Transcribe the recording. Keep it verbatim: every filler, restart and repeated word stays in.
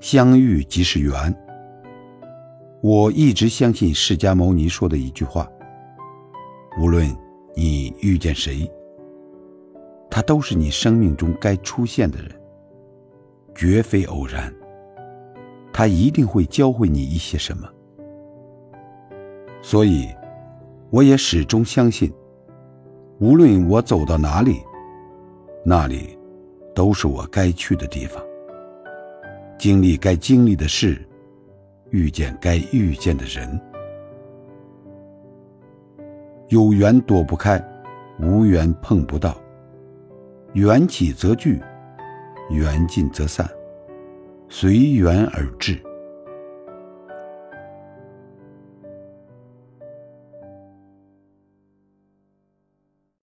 相遇即是缘。我一直相信释迦牟尼说的一句话，无论你遇见谁，他都是你生命中该出现的人，绝非偶然，他一定会教会你一些什么。所以我也始终相信，无论我走到哪里，那里都是我该去的地方，经历该经历的事，遇见该遇见的人。有缘躲不开，无缘碰不到，缘起则聚，缘尽则散，随缘而至。